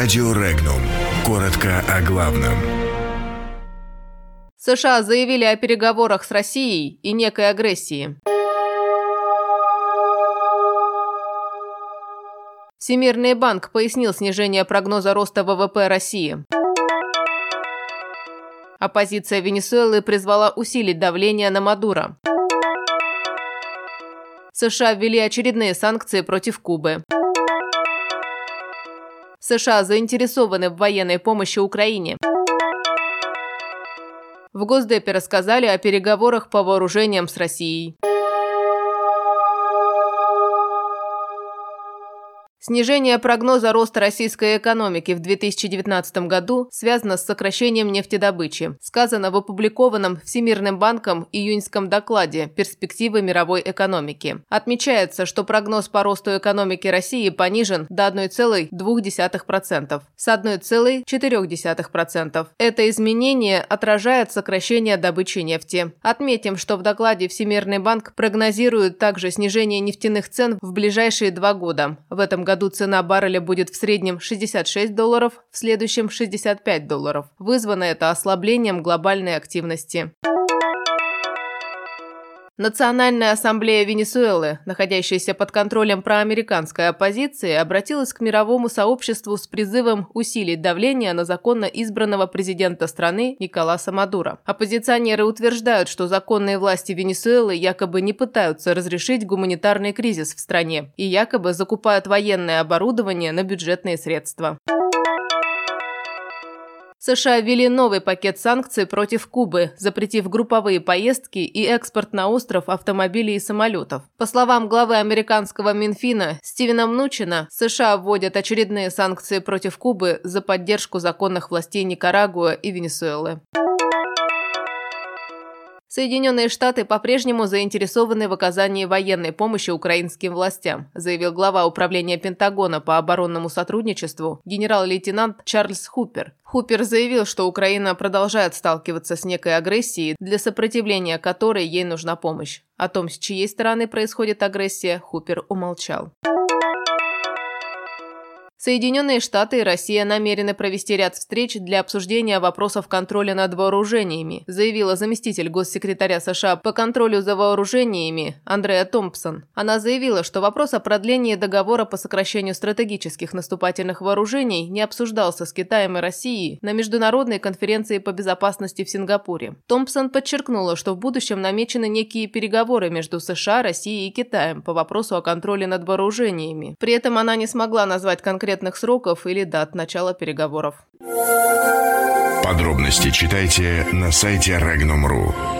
Радио Регнум. Коротко о главном. США заявили о переговорах с Россией и некой агрессии. Всемирный банк пояснил снижение прогноза роста ВВП России. Оппозиция Венесуэлы призвала усилить давление на Мадуро. США ввели очередные санкции против Кубы. США заинтересованы в военной помощи Украине. В Госдепе рассказали о переговорах по вооружениям с Россией. Снижение прогноза роста российской экономики в 2019 году связано с сокращением нефтедобычи, сказано в опубликованном Всемирным банком июньском докладе «Перспективы мировой экономики». Отмечается, что прогноз по росту экономики России понижен до 1,2% с 1,4%. Это изменение отражает сокращение добычи нефти. Отметим, что в докладе Всемирный банк прогнозирует также снижение нефтяных цен в ближайшие 2 года. В этом году цена барреля будет в среднем $66, в следующем $65. Вызвано это ослаблением глобальной активности. Национальная ассамблея Венесуэлы, находящаяся под контролем проамериканской оппозиции, обратилась к мировому сообществу с призывом усилить давление на законно избранного президента страны Николаса Мадуро. Оппозиционеры утверждают, что законные власти Венесуэлы якобы не пытаются разрешить гуманитарный кризис в стране и якобы закупают военное оборудование на бюджетные средства. США ввели новый пакет санкций против Кубы, запретив групповые поездки и экспорт на остров автомобилей и самолетов. По словам главы американского Минфина Стивена Мнучина, США вводят очередные санкции против Кубы за поддержку законных властей Никарагуа и Венесуэлы. Соединенные Штаты по-прежнему заинтересованы в оказании военной помощи украинским властям, заявил глава управления Пентагона по оборонному сотрудничеству генерал-лейтенант Чарльз Хупер. Хупер заявил, что Украина продолжает сталкиваться с некой агрессией, для сопротивления которой ей нужна помощь. О том, с чьей стороны происходит агрессия, Хупер умолчал. Соединенные Штаты и Россия намерены провести ряд встреч для обсуждения вопросов контроля над вооружениями, заявила заместитель госсекретаря США по контролю за вооружениями Андреа Томпсон. Она заявила, что вопрос о продлении договора по сокращению стратегических наступательных вооружений не обсуждался с Китаем и Россией на Международной конференции по безопасности в Сингапуре. Томпсон подчеркнула, что в будущем намечены некие переговоры между США, Россией и Китаем по вопросу о контроле над вооружениями. При этом она не смогла назвать конкретных сроков или дат начала переговоров. Подробности читайте на сайте Regnum.ru.